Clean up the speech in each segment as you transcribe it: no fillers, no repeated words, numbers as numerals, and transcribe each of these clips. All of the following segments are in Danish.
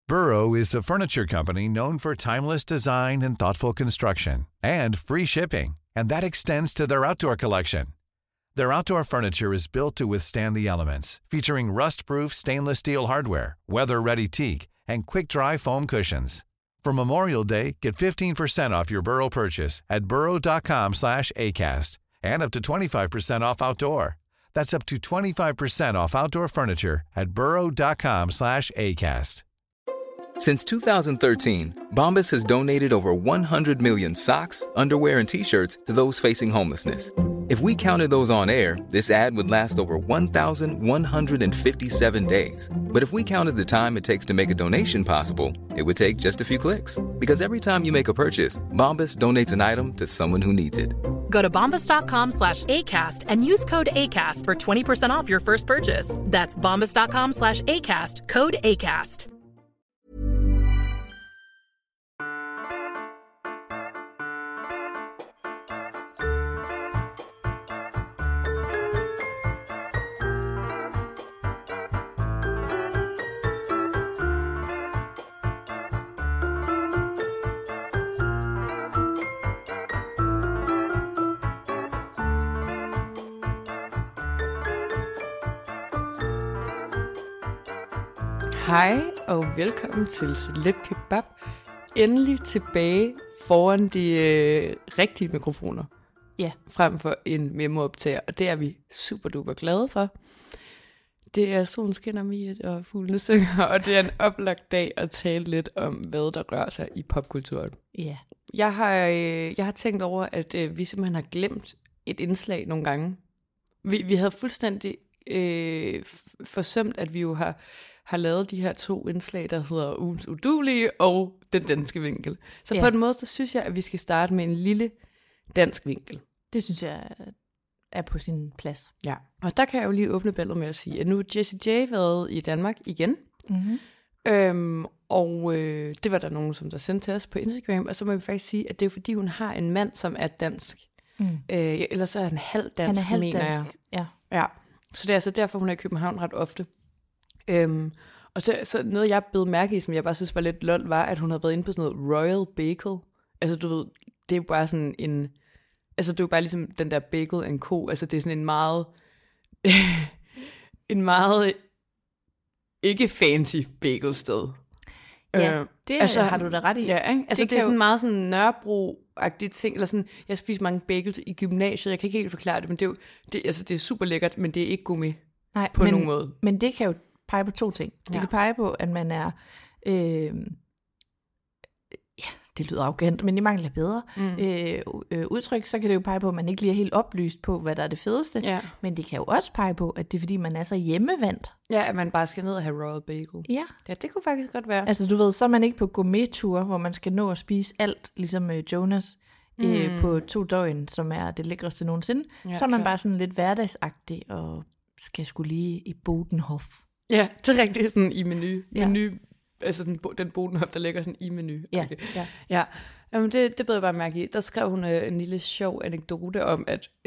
Burrow is a furniture company known for timeless design and thoughtful construction, and free shipping, and that extends to their outdoor collection. Their outdoor furniture is built to withstand the elements, featuring rust-proof stainless steel hardware, weather-ready teak, and quick-dry foam cushions. For Memorial Day, get 15% off your Burrow purchase at burrow.com/acast, and up to 25% off outdoor. That's up to 25% off outdoor furniture at burrow.com/acast. Since 2013, Bombas has donated over 100 million socks, underwear, and T-shirts to those facing homelessness. If we counted those on air, this ad would last over 1,157 days. But if we counted the time it takes to make a donation possible, it would take just a few clicks. Because every time you make a purchase, Bombas donates an item to someone who needs it. Go to bombas.com/ACAST and use code ACAST for 20% off your first purchase. That's bombas.com/ACAST, code ACAST. Hej og velkommen til Celeb Kebab. Endelig tilbage foran de rigtige mikrofoner. Ja. Frem for en memooptager, og det er vi super duper glade for. Det er solen skinner mig og fuglene synger, og det er en oplagt dag at tale lidt om, hvad der rører sig i popkulturen. Ja. Jeg har tænkt over, at vi simpelthen har glemt et indslag nogle gange. Vi havde fuldstændig forsømt, at vi jo har lavet de her 2 indslag, der hedder Ugens Uduelige og Den Danske Vinkel. Så på en måde, så synes jeg, at vi skal starte med en lille dansk vinkel. Det synes jeg er på sin plads. Ja, og der kan jeg jo lige åbne ballet med at sige, at nu har Jessie J været i Danmark igen. Mm-hmm. Og det var der nogen, som der sendte til os på Instagram, og så må vi faktisk sige, at det er fordi, hun har en mand, som er dansk. Ellers er han halvt dansk, han er halvt mener dansk. jeg. Ja. Så det er altså derfor, hun er i København ret ofte. Og så noget, jeg blev mærke i, som jeg bare synes var lidt lol, var, at hun havde været inde på sådan noget Royal Bagel. Altså, du ved, det er jo bare sådan en... Altså, det er jo bare ligesom den der bagel and co. Altså, det er sådan en meget... en meget ikke fancy bagelsted. Ja, det altså, har du da ret i. Ja, ikke? Altså, det er sådan meget sådan Nørrebro-agtige ting, eller sådan, jeg spiser mange bagels i gymnasiet, jeg kan ikke helt forklare det, men det er super lækkert, men det er ikke gourmet. Nej, på nogen måde. Men det kan jo pege på 2 ting. Det kan pege på, at man er... det lyder arrogant, men i mangel af bedre udtryk, så kan det jo pege på, at man ikke lige er helt oplyst på, hvad der er det fedeste. Ja. Men det kan jo også pege på, at det er fordi, man er så hjemmevandt. Ja, at man bare skal ned og have Royal Bagel. Ja, det kunne faktisk godt være. Altså du ved, så er man ikke på gourmet-tur, hvor man skal nå at spise alt, ligesom Jonas på 2 døgn, som er det lækreste nogensinde. Ja, så er man bare sådan lidt hverdagsagtig og skal skulle lige i Bodenhof. Ja, det er rigtigt, sådan i menu, altså sådan, den Bodenhof, der ligger sådan i menu. Ja, okay. Ja. Jamen, det bed jeg bare mærke i. Der skrev hun en lille sjov anekdote om,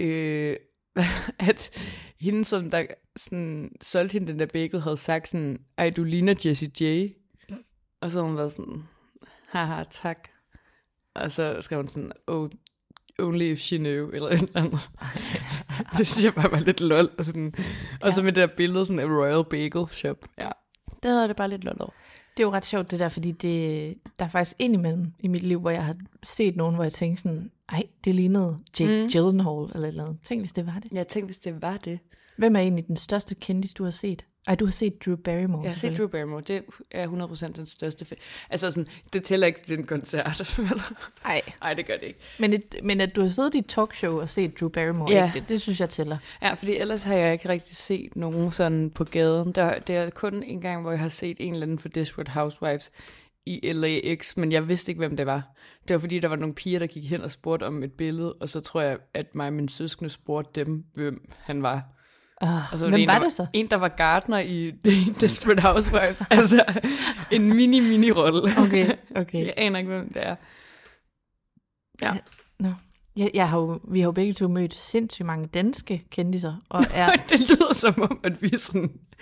at hende, som der sådan, solgte hende den der bagel, havde sagt sådan, ej, du ligner Jessie J. Og så havde hun været sådan, haha, tak. Og så skrev hun sådan, oh, only if she knew, eller et eller andet. Det synes jeg bare var lidt lol. Og, sådan. Og så med det der billede sådan af Royal Bagel Shop. Ja, det havde det bare lidt lol over. Det er jo ret sjovt det der, fordi der er faktisk indimellem i mit liv, hvor jeg har set nogen, hvor jeg tænkte sådan, ej, det lignede Jake Gyllenhaal eller et eller andet. Tænk, hvis det var det. Ja, tænk, hvis det var det. Hvem er egentlig den største kendis, du har set? Ej, du har set Drew Barrymore. Jeg har set Drew Barrymore. Det er 100% den største altså sådan, det tæller ikke den koncert. Nej, det gør det ikke. Men at du har siddet i et talkshow og set Drew Barrymore, det synes jeg tæller. Ja, fordi ellers har jeg ikke rigtig set nogen sådan på gaden. Det er kun en gang, hvor jeg har set en eller anden for Desperate Housewives i LAX, men jeg vidste ikke, hvem det var. Det var fordi, der var nogle piger, der gik hen og spurgte om et billede, og så tror jeg, at mig og min søskende spurgte dem, hvem han var. Og så hvem var det så? En, der var gartner i Desperate Housewives. Altså en mini-rolle. Okay. Jeg aner ikke, hvem det er. Ja. Vi har jo begge to mødt sindssygt mange danske kendiser. Og er... Det lyder som om, at vi er sådan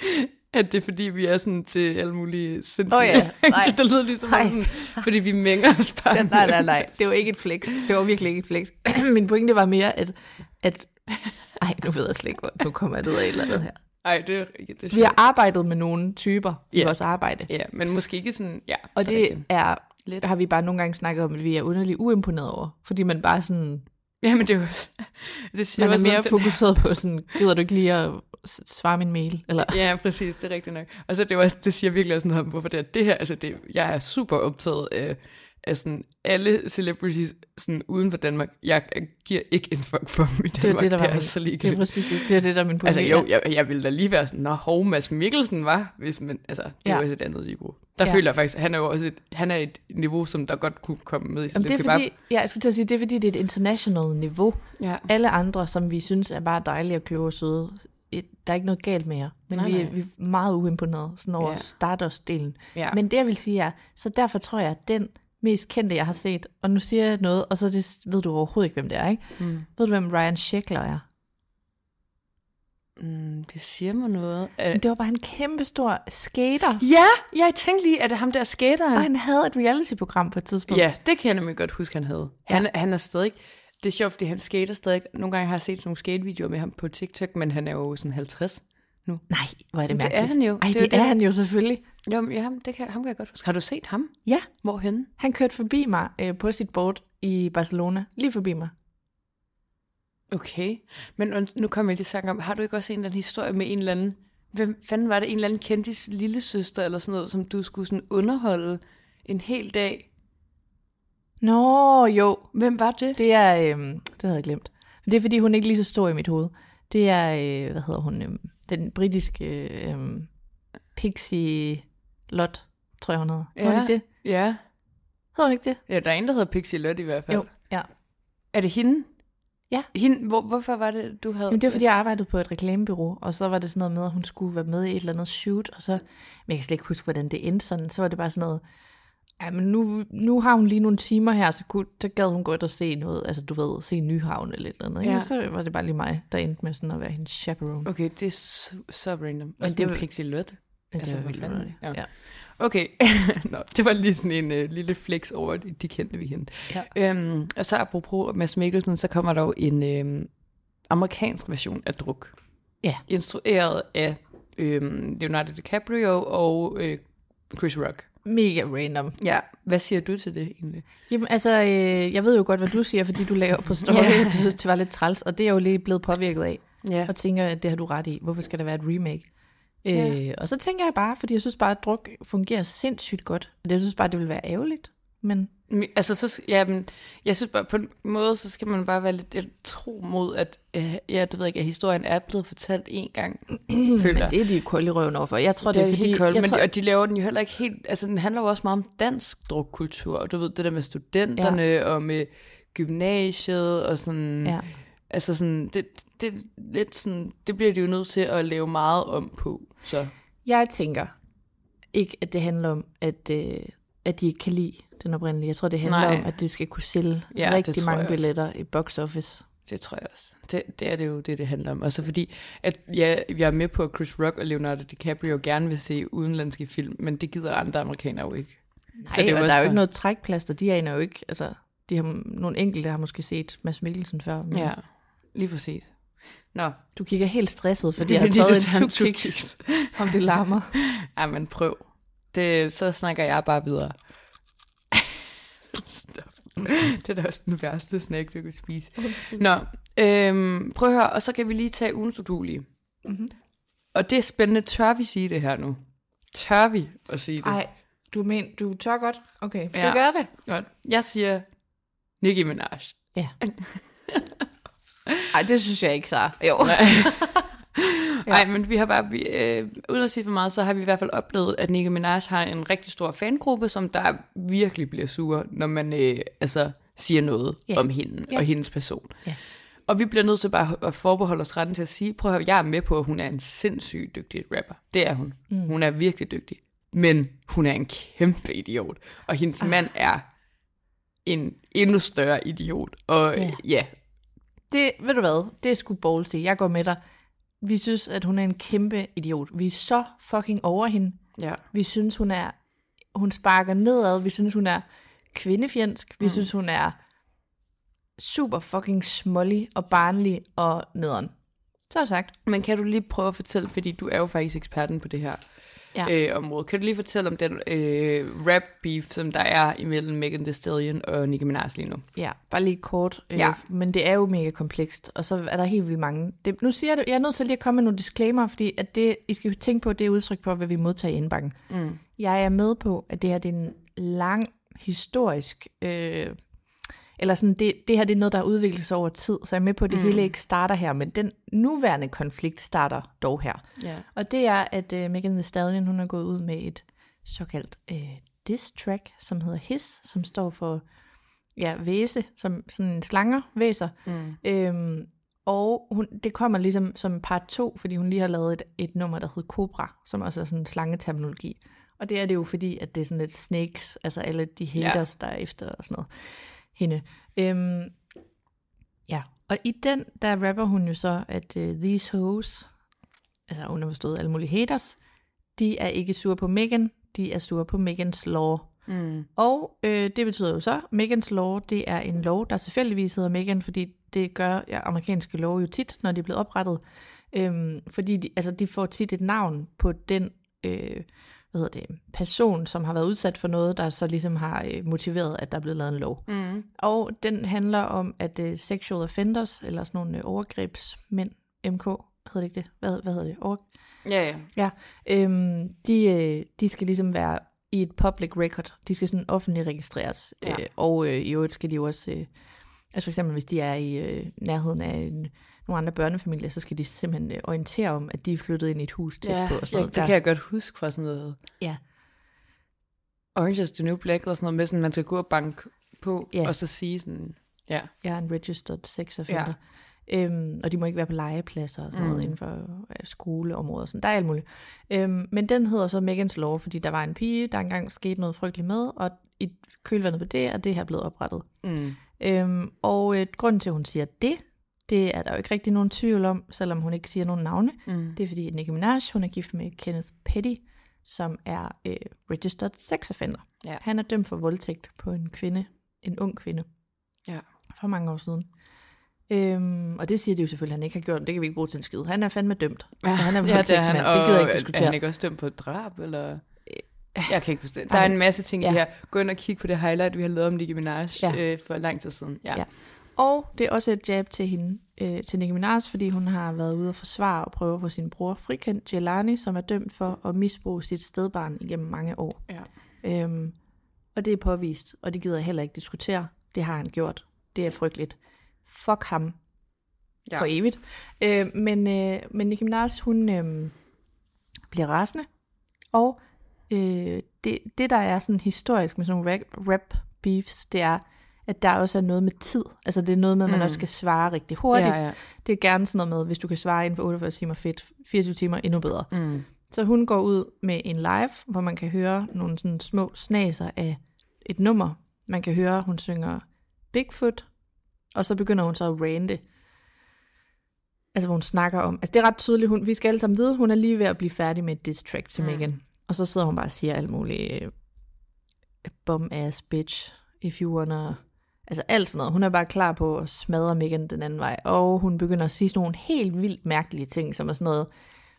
at det er fordi, vi er sådan til alle mulige sindssyge. Nej. Det lyder ligesom sådan, fordi vi mænger os bare. Nej. Det var ikke et flex. Det var virkelig ikke et flex. Min pointe var mere, at ej, nu ved jeg slet ikke, nu kommer jeg ud af et eller andet her. Ej, det er ikke det. Vi har arbejdet med nogle typer i vores arbejde. Ja, men måske ikke sådan, ja. Og det har vi bare nogle gange snakket om, at vi er underligt uimponeret over. Fordi man bare sådan... Ja, men det er jo... Det siger man er også mere fokuseret på sådan, gider du ikke lige at svare min mail? Eller? Ja, præcis, det er rigtigt nok. Og så det siger virkelig også noget om, hvorfor det her, altså jeg er super optaget af sådan alle celebrities sådan uden for Danmark. Jeg giver ikke en fuck for dem i Danmark. Det er det, der var så lige det er præcis det. Det er det, der er min pointe. Altså jo, jeg ville da lige være sådan, Mads Mikkelsen var, hvis man, altså det er jo også et andet niveau. Der føler jeg faktisk, han er jo også et niveau, som der godt kunne komme med i det er fordi, jeg skulle til at sige, det er fordi, det er et international niveau. Ja. Alle andre, som vi synes er bare dejlige og kloge og søde, der er ikke noget galt med jer. Men vi er meget uimponerede sådan over Stardust-delen. Ja. Men det, jeg vil sige er, så derfor tror jeg, at den mest kendte, jeg har set, og nu siger jeg noget, og så ved du overhovedet ikke, hvem det er, ikke? Ved du, hvem Ryan Sheckler er? Det siger mig noget. Men det var bare en kæmpe stor skater. Ja, jeg tænkte lige, at det ham der skateren. Og han havde et reality-program på et tidspunkt. Ja, det kan jeg nemlig godt huske, han havde. Ja. Han er stadig... Det er sjovt, fordi han skater stadig. Nogle gange har jeg set sådan nogle skatevideoer med ham på TikTok, men han er jo sådan 50 nu. Nej, hvor er det mærkeligt. Det er han jo. Ej, det er han jo selvfølgelig. Jo, ja, ham kan jeg godt huske. Har du set ham? Ja. Hvorhenne? Han kørte forbi mig på sit board i Barcelona. Lige forbi mig. Okay, men nu kommer jeg lige sagt om, har du ikke også en eller anden historie med en eller anden, hvem fanden var det, en eller anden kendis lillesøster eller sådan noget, som du skulle sådan underholde en hel dag? Nå, jo. Hvem var det? Det er, det havde jeg glemt. Men det er, fordi hun ikke lige så stor i mit hoved. Det er, hvad hedder hun, den britiske Pixie Lott, tror jeg hun hedder. Ja. Hedder hun ikke det? Ja. Hedder hun ikke det? Ja, der er en, der hedder Pixie Lott i hvert fald. Jo, ja. Er det hende? Ja. Hende, hvorfor var det, du havde... Jamen, det var, fordi jeg arbejdede på et reklamebureau, og så var det sådan noget med, at hun skulle være med i et eller andet shoot, og så, men jeg kan slet ikke huske, hvordan det endte sådan, så var det bare sådan noget, ja, men nu har hun lige nogle timer her, så gad hun godt at se noget, altså du ved, se Nyhavn eller et eller andet, ja. Så var det bare lige mig, der endte med sådan at være hendes chaperone. Okay, det er så random. Men det var Pixie Lott. Ja, det var vildt underligt. Ja. Okay, Nå, det var lige sådan en lille flex over, de kendte vi hende. Ja. Og så apropos Mads Mikkelsen, så kommer der jo en amerikansk version af Druk. Ja. Instrueret af Leonardo DiCaprio og Chris Rock. Mega random. Ja, hvad siger du til det egentlig? Jamen altså, jeg ved jo godt, hvad du siger, fordi du laver på story, du synes, det var lidt træls, og det er jo lige blevet påvirket af. Ja. Og tænker, at det har du ret i. Hvorfor skal der være et remake? Ja. Og så tænker jeg bare, fordi jeg synes bare, at Druk fungerer sindssygt godt. Jeg synes bare, det vil være ærgerligt. Men altså, så, jeg synes bare, på en måde, så skal man bare være lidt tro mod, at det ved ikke, at historien er blevet fortalt en gang. Men det er de kolde i røven overfor. Jeg tror, det er fordi... Helt koldt, og de laver den jo heller ikke helt... Altså, den handler jo også meget om dansk drukkultur, og du ved, det der med studenterne, og med gymnasiet, og sådan... Ja. Altså, sådan, det er lidt sådan... Det bliver de jo nødt til at lave meget om på, så... Jeg tænker ikke, at det handler om, at de ikke kan lide den oprindelige. Jeg tror, det handler om, at det skal kunne sælge rigtig mange billetter i box office. Det tror jeg også. Det er det jo det handler om. Også fordi, at jeg er med på, at Chris Rock og Leonardo DiCaprio gerne vil se udenlandske film, men det gider andre amerikanere jo ikke. Nej, så det er der er jo ikke noget trækplaster. De aner jo ikke, altså, nogle enkelte har måske set Mads Mikkelsen før. Men... Ja, lige præcis. Nå. Du kigger helt stresset, fordi jeg har taget en tuk-kiks, om det larmer. Ja, men prøv. Så snakker jeg bare videre. Det er da også den værste snack, du kan spise. Nå, prøv at høre, og så kan vi lige tage ugens uduelige. Mm-hmm. Og det er spændende. Tør vi sige det her nu? Tør vi at sige det? Nej, du tør godt? Okay, vi gør det. Godt. Jeg siger Nicki Minaj. Ja. Ej, det synes jeg ikke, så. Jo. Nej, men vi har bare, uden at sige for meget, så har vi i hvert fald oplevet, at Nicki Minaj har en rigtig stor fangruppe, som der virkelig bliver sure, når man siger noget om hende og hendes person. Yeah. Og vi bliver nødt til bare at forbeholde os retten til at sige, prøv at høre, jeg er med på, at hun er en sindssygt dygtig rapper. Det er hun. Mm. Hun er virkelig dygtig. Men hun er en kæmpe idiot. Og hendes mand er en endnu større idiot. Og ja. Det, ved du hvad, det er sgu ballsy. Jeg går med dig. Vi synes, at hun er en kæmpe idiot. Vi er så fucking over hende. Ja. Vi synes, hun sparker nedad. Vi synes, hun er kvindefjendsk. Vi synes, hun er super fucking smålig og barnlig og nederen. Så er det sagt. Men kan du lige prøve at fortælle, fordi du er jo faktisk eksperten på det her område. Kan du lige fortælle om den rap beef, som der er imellem Megan Thee Stallion og Nicki Minaj lige nu? Ja, bare lige kort. Men det er jo mega komplekst, og så er der helt vildt mange. Nu siger jeg, jeg er nødt til lige at komme med nogle disclaimer, fordi at det, I skal tænke på, det er udtryk for, hvad vi modtager i indbakken. Jeg er med på, at det her det er en lang historisk... eller sådan, det her det er noget, der har udviklet sig over tid, så jeg er med på, at det hele ikke starter her, men den nuværende konflikt starter dog her. Yeah. Og det er, at Megan Thee Stallion, hun er gået ud med et såkaldt diss track, som hedder Hiss, som står for væse, som sådan en slanger-væser. Og det kommer ligesom som part 2, fordi hun lige har lavet et nummer, der hedder Cobra, som også er sådan en slangeterminologi. Og det er det jo fordi, at det er sådan lidt snakes, altså alle de haters, der er efter og sådan noget. Hende. Og i den, der rapper hun jo så, at these hoes, altså underforstået alle mulige haters, de er ikke sure på Megan, de er sure på Megans law. Og det betyder jo så, Megans law, det er en lov, der selvfølgelig hedder Megan, fordi det gør amerikanske love jo tit, når de er blevet oprettet. Fordi de får tit et navn på den person, som har været udsat for noget, der så ligesom har motiveret, at der er blevet lavet en lov. Og den handler om, at sexual offenders, eller sådan nogle overgrebsmænd, MK, hedder det ikke det? Hvad hedder det? Ja. De skal ligesom være i et public record. De skal sådan offentligt registreres. Og i øvrigt skal de jo også, altså for eksempel hvis de er i nærheden af nogle andre børnefamilier, så skal de simpelthen orientere om, at de er flyttet ind i et hus tæt på. Og sådan noget. Det kan jeg godt huske fra sådan noget. Ja. Orange is the New Black, eller sådan noget med, sådan, man skal gå og banke på, og så sige sådan, Jeg er en registered sex offender. Og de må ikke være på legepladser og sådan noget inden for skoleområder. Sådan. Der er alt muligt. Men den hedder så Megans Law, fordi der var en pige, der engang skete noget frygteligt med, og i kølvandet på det er det her blevet oprettet. Og grunden til, at hun siger det er der jo ikke rigtig nogen tvivl om, selvom hun ikke siger nogen navne. Det er fordi, at Nicki Minaj, hun er gift med Kenneth Petty, som er registered sex offender. Ja. Han er dømt for voldtægt på en ung kvinde, for mange år siden. Og det siger de jo selvfølgelig, at han ikke har gjort. Det kan vi ikke bruge til en skid. Han er fandme dømt. Så han er voldtægtsmand. Det gider jeg ikke diskutere. Er han ikke også dømt på drab, eller... Jeg kan ikke forstå. Der er en masse ting i her. Gå ind og kig på det highlight, vi har lavet om Nicki Minaj for lang tid siden. Ja. Og det er også et jab til hende, til Nicki Minaj, fordi hun har været ude og forsvare og prøve at få sin bror frikendt, Jelani, som er dømt for at misbruge sit stedbarn igennem mange år. Ja. Og det er påvist, og det gider jeg heller ikke diskutere. Det har han gjort. Det er frygteligt. Fuck ham. For evigt. Men Nicki Minaj, hun bliver rasende, og det der er sådan historisk med sådan nogle rap beefs, det er, at der også er noget med tid. Altså det er noget med, at man også skal svare rigtig hurtigt. Ja. Det er gerne sådan noget med, hvis du kan svare inden for 48 timer fedt, 24 timer endnu bedre. Så hun går ud med en live, hvor man kan høre nogle sådan små snaser af et nummer. Man kan høre, hun synger Bigfoot, og så begynder hun så at rante. Altså hvor hun snakker om, altså det er ret tydeligt, vi skal alle sammen vide, hun er lige ved at blive færdig med et diss track til Megan. Og så sidder hun bare og siger alt muligt, bum ass bitch, if you wanna... Altså alt sådan noget. Hun er bare klar på at smadre Megan den anden vej. Og hun begynder at sige sådan nogle helt vildt mærkelige ting, som er sådan noget...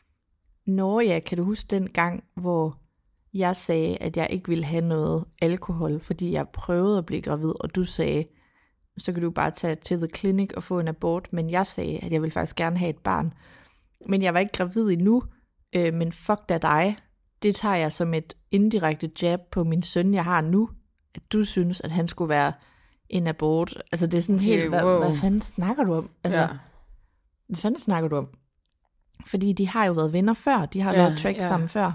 Nå ja, kan du huske den gang, hvor jeg sagde, at jeg ikke ville have noget alkohol, fordi jeg prøvede at blive gravid, og du sagde, så kan du bare tage til the clinic og få en abort, men jeg sagde, at jeg ville faktisk gerne have et barn. Men jeg var ikke gravid endnu, men fuck da dig. Det tager jeg som et indirekte jab på min søn, jeg har nu, at du synes, at han skulle være en abort. Altså det er sådan helt, hvad fanden snakker du om? Altså, hvad fanden snakker du om? Fordi de har jo været venner før, de har lavet tracks sammen før.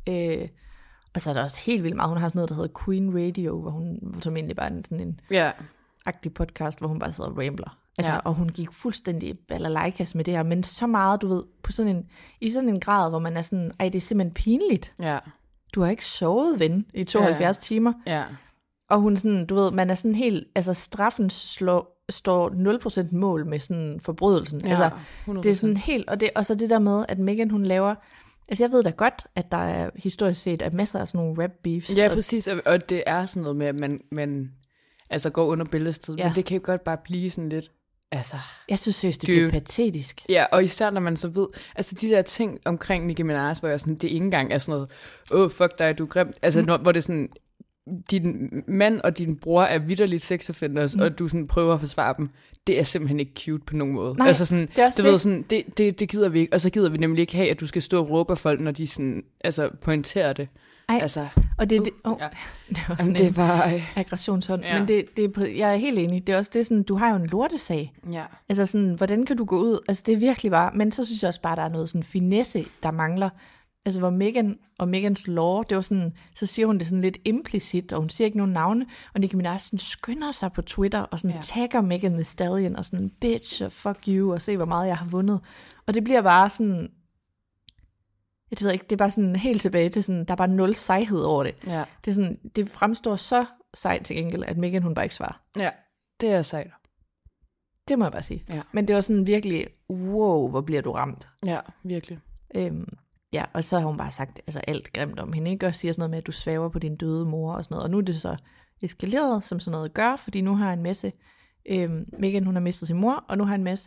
Og så er der også helt vildt meget, hun har sådan noget, der hedder Queen Radio, hvor hun, som egentlig bare er sådan en agtig podcast, hvor hun bare sidder og rambler. Altså, og hun gik fuldstændig balalaikas med det her, men så meget, du ved, på i sådan en grad, hvor man er sådan, det er simpelthen pinligt. Ja. Du har ikke sovet, ven, i 72 timer. Ja. Og hun sådan, du ved, man er sådan helt, altså straffen står 0% mål med sådan forbrydelsen. Ja, altså, 100%. det er sådan helt, og så det der med, at Meghan, hun laver, altså jeg ved da godt, at der er historisk set at masser af sådan nogle rap beefs. Ja, præcis, og det er sådan noget med, at man altså går under billedstedet, men det kan jo godt bare blive sådan lidt, altså... Jeg synes seriøst, det bliver patetisk. Ja, og især når man så ved, altså de der ting omkring Nicki Minaj, hvor jeg sådan, det ikke engang er sådan noget, fuck dig, du er grimt, altså hvor det er sådan, din mand og din bror er vitterligt sexoffenders, og du sådan prøver at forsvare dem, det er simpelthen ikke cute på nogen måde. Nej, altså sådan, det er også du ved sådan, det gider vi ikke, og så gider vi nemlig ikke have, at du skal stå og råbe af folk, når de sådan, altså pointerer det. Ej, altså, og det, ja. det var sådan det var aggressionshånd, men jeg er helt enig, det er også det sådan, du har jo en lortesag. Ja. Altså sådan, hvordan kan du gå ud, altså det er virkelig bare, men så synes jeg også bare, der er noget sådan finesse, der mangler. Altså hvor Meghan og Meghans lore, det var sådan, så siger hun det sådan lidt implicit, og hun siger ikke nogen navne, og Nicki Minaj sådan skynder sig på Twitter, og sådan tagger Megan Thee Stallion, og sådan, bitch, og fuck you, og se hvor meget jeg har vundet. Og det bliver bare sådan, jeg ved ikke, det er bare sådan helt tilbage til sådan, der er bare 0 sejhed over det. Ja. Det er sådan, det fremstår så sejt til gengæld, at Meghan hun bare ikke svarer. Ja, det er sejt. Det må jeg bare sige. Ja. Men det var sådan virkelig, wow, hvor bliver du ramt. Ja, virkelig. Ja, og så har hun bare sagt altså alt grimt om hende, ikke? Og siger sådan noget med, at du svæver på din døde mor og sådan noget. Og nu er det så eskaleret, som sådan noget gør, fordi nu har en masse, Meghan hun har mistet sin mor, og nu har en masse,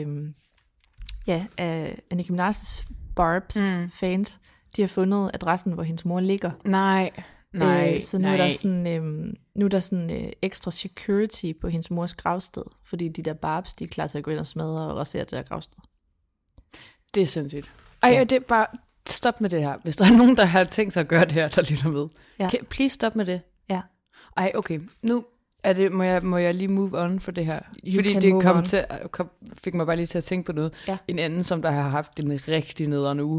af Nicki Minaj's Barbs fans, de har fundet adressen, hvor hendes mor ligger. Nej. Så nu er der sådan ekstra security på hendes mors gravsted, fordi de der Barbs, de er klar til at gå ind og smadre og rasere det der gravsted. Det er sindssygt. Ej, det er bare, stop med det her. Hvis der er nogen, der har tænkt sig at gøre det her, der lytter med. Ja. Please stop med det. Ja. Ej, okay. Nu er det, må jeg lige move on for det her. Fordi det fik mig bare lige til at tænke på noget. Ja. En anden, som der har haft en rigtig nederen uge.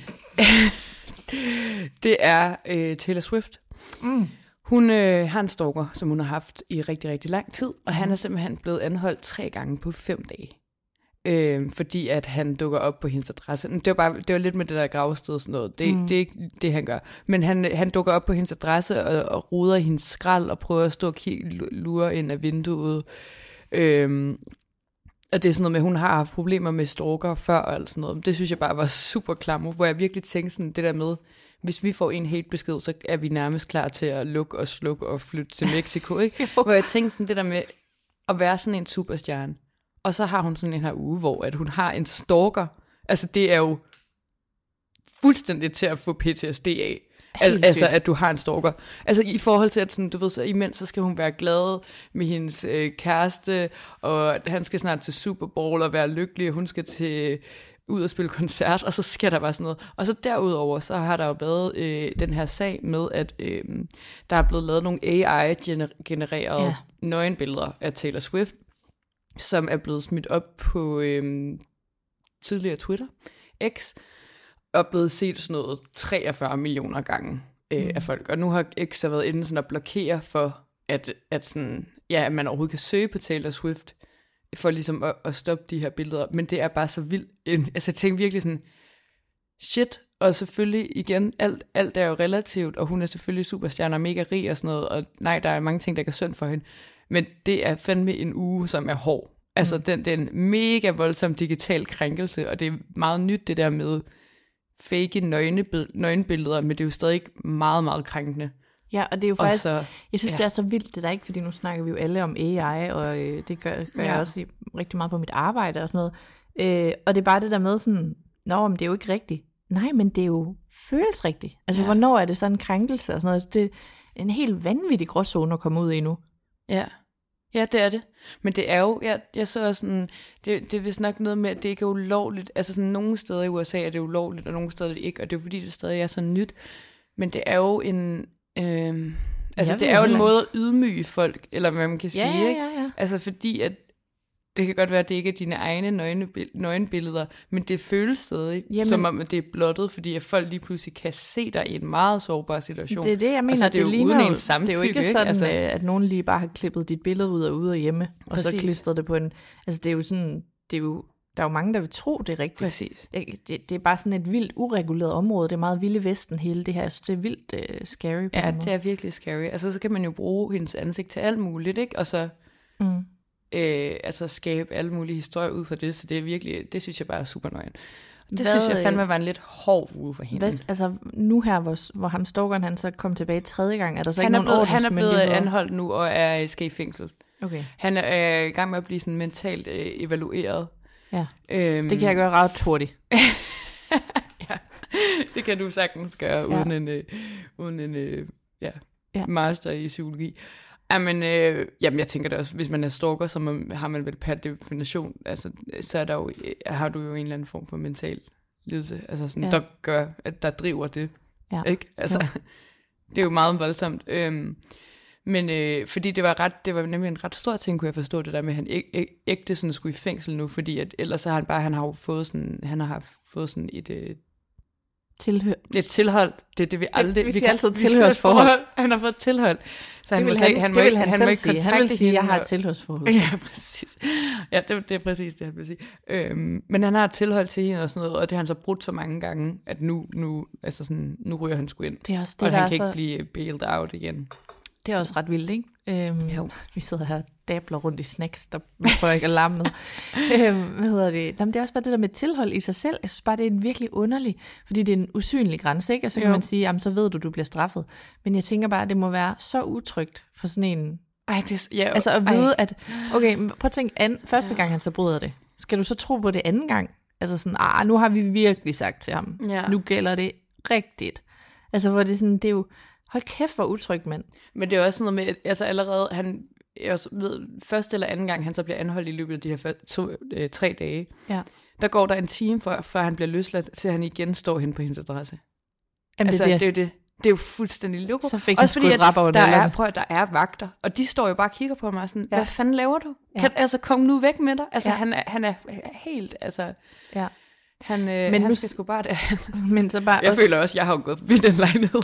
Det er Taylor Swift. Hun har en stalker, som hun har haft i rigtig, rigtig lang tid. Og han er simpelthen blevet anholdt 3 gange på 5 dage. Fordi at han dukker op på hendes adresse. Det var lidt med det der gravsted og sådan noget. Det er ikke det, han gør. Men han dukker op på hendes adresse og roder i hendes skrald og prøver at stå og lure ind af vinduet. Og det er sådan noget med, at hun har haft problemer med stalker før og alt sådan noget. Det synes jeg bare var super klammer, hvor jeg virkelig tænkte sådan det der med, hvis vi får en hatebesked, så er vi nærmest klar til at lukke og slukke og flytte til Mexico, ikke? Hvor jeg tænkte sådan det der med at være sådan en superstjerne. Og så har hun sådan en her uge, hvor at hun har en stalker. Altså det er jo fuldstændig til at få PTSD af. Altså at du har en stalker. Altså i forhold til at sådan, du ved så imens så skal hun være glad med hendes kæreste, og han skal snart til Super Bowl og være lykkelig, og hun skal ud og spille koncert, og så sker der bare sådan noget. Og så derudover, så har der jo været den her sag med, at der er blevet lavet nogle AI-genererede nøgenbilleder af Taylor Swift, som er blevet smidt op på tidligere Twitter, X, og blevet set sådan noget 43 millioner gange af folk. Og nu har X så været inde sådan at blokere for, at sådan, at man overhovedet kan søge på Taylor Swift, for ligesom at stoppe de her billeder. Men det er bare så vildt. Altså jeg tænker virkelig sådan, shit, og selvfølgelig igen, alt er jo relativt, og hun er selvfølgelig superstjerne og mega rig og sådan noget, og nej, der er mange ting, der går synd for hende. Men det er fandme en uge, som er hård. Altså det er en mega voldsom digital krænkelse, og det er meget nyt det der med fake nøgenbilleder, men det er jo stadig meget, meget krænkende. Ja, og det er jo faktisk, jeg synes det er så vildt det der, ikke, fordi nu snakker vi jo alle om AI, og det gør jeg også rigtig meget på mit arbejde og sådan noget. Og det er bare det der med sådan, men det er jo ikke rigtigt. Nej, men det er jo føles rigtigt. Altså hvornår er det sådan en krænkelse og sådan noget. Det er en helt vanvittig gråzone at komme ud i nu. Ja, det er det. Men det er jo, jeg så også sådan, det er vist nok noget med, at det ikke er ulovligt. Altså sådan nogle steder i USA er det ulovligt, og nogle steder er det ikke, og det er fordi, det stadig er så nyt. Men det er jo en, det er jo en måde at ydmyge folk, eller hvad man kan sige, ikke? Ja. Altså fordi, at det kan godt være, at det ikke er dine egne nøgenbilleder, men det føles stadig, som om at det er blottet, fordi at folk lige pludselig kan se dig i en meget sårbar situation. Det er det, jeg mener. Altså, det er jo uden en samtykke, det er jo ikke sådan, at nogen lige bare har klippet dit billede ud og ude og hjemme, og så klistret det på en. Altså det er jo sådan, der er jo mange, der vil tro, det er rigtigt. Præcis. Det er bare sådan et vildt ureguleret område. Det er meget vilde vesten hele det her, så det er vildt scary. Ja, det er virkelig scary. Altså så kan man jo bruge hendes ansigt til alt muligt, ikke? Og så altså skabe alle mulige historier ud fra det, så det er virkelig, det synes jeg bare er super nøjende. Det synes jeg fandme var en lidt hård uge for hende. Altså nu her, hvor ham stalkeren, han så kom tilbage 3. gang, er der så ikke nogen ordensmyndigheder? Han er blevet anholdt nu og skal i fængsel. Okay. Han er i gang med at blive sådan mentalt evalueret. Ja, det kan jeg gøre ret hurtigt. Ja, det kan du sagtens gøre, uden en master i psykologi. Jamen, jeg tænker det også, hvis man er stalker, så har man vel per definition, altså, så er der jo, har du jo en eller anden form for mental lidelse, altså sådan, der gør, at der driver det, ikke? Altså, det er jo meget voldsomt. Men fordi det var nemlig en ret stor ting, kunne jeg forstå det der med, at han ægte sådan skulle i fængsel nu, fordi at ellers så har han har fået sådan et tilhør. Et tilhold. Det vi aldrig. Vi siger altid tilhørsforhold. Han har fået tilhold. Så han må ikke kontakte han vil sige, at jeg har et tilhørsforhold. Ja, præcis. Ja, det er præcis det, han vil sige. Men han har et tilhold til hende og sådan noget, og det har han så brudt så mange gange, at nu ryger han sgu ind. Det er også det, og han kan ikke blive bailed out igen. Det er også ret vildt, ikke? Jo. Vi sidder her og dabler rundt i snacks, der prøver ikke at larme med. Hvad hedder det? Jamen, det er også bare det der med tilhold i sig selv. Jeg synes bare, det er en virkelig underlig, fordi det er en usynlig grænse, ikke? Og så kan man sige, jamen, så ved du bliver straffet. Men jeg tænker bare, at det må være så utrygt for sådan en... altså at vide, at... Okay, prøv at tænke, første gang han så bryder det. Skal du så tro på det anden gang? Altså sådan, nu har vi virkelig sagt til ham. Ja. Nu gælder det rigtigt. Altså, hvor det er sådan, det er jo... Hold kæft, hvor utrygt, mand. Men det er også sådan noget med, altså allerede, jeg ved, første eller anden gang, han så bliver anholdt i løbet af de her 3 dage, der går der en time, før han bliver løsladt, til han igen står hen på hendes adresse. Jamen, altså, det er jo det. Det er jo fuldstændig lukket. Så fik også fordi, at der er vagter, og de står jo bare og kigger på mig sådan, hvad fanden laver du? Kom nu væk med dig. Altså, han er helt, altså... Ja. Han skal sgu bare det. Men så bare jeg føler også, jeg har jo gået forbi den lejlighed.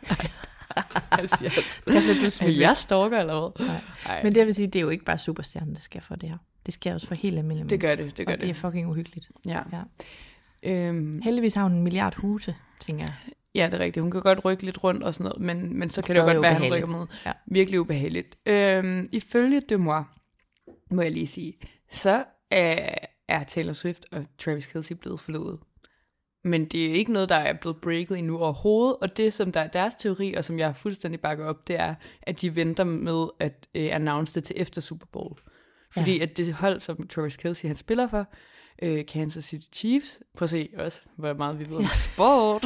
Jeg stalker eller hvad? Men det jeg vil sige, det er jo ikke bare superstjernen, der sker for det her. Det sker også for helt almindelige mennesker. Det gør det. Det er fucking uhyggeligt. Ja. Heldigvis har hun 1 milliard huse, tænker jeg. Ja, det er rigtigt. Hun kan godt rykke lidt rundt og sådan noget, men så kan det jo godt være, at han rykker med. Ja. Virkelig ubehageligt. Ifølge Deuxmoi, må jeg lige sige, så er Taylor Swift og Travis Kelce blevet forlovet. Men det er ikke noget, der er blevet breaket endnu overhovedet, og det, som der er deres teori, og som jeg fuldstændig bakker op, det er, at de venter med at announce det til efter Super Bowl. Fordi at det hold, som Travis Kelce han spiller for, Kansas City Chiefs, prøv at se også, hvor meget vi ved om sport.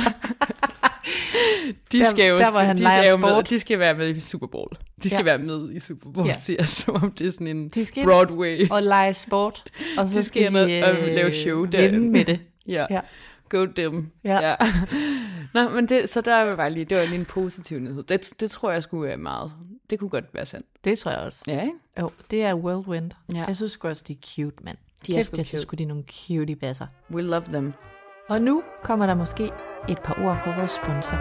De skal være med i Super Bowl. De skal være med i Super Bowl, som om det er sådan en Broadway. Og lege sport, og så skal de lave show der. Med det. Ja. Go dem. Ja. Nå, men så der var bare lige, det var lige en positiv nyhed. Det tror jeg skulle være meget. Det kunne godt være sandt. Det tror jeg også. Ja, ikke? Jo, det er whirlwind. Ja. Jeg synes også, de er cute, mand. Jeg synes de er nogle cutie basser. We love them. Og nu kommer der måske et par ord på vores sponsor.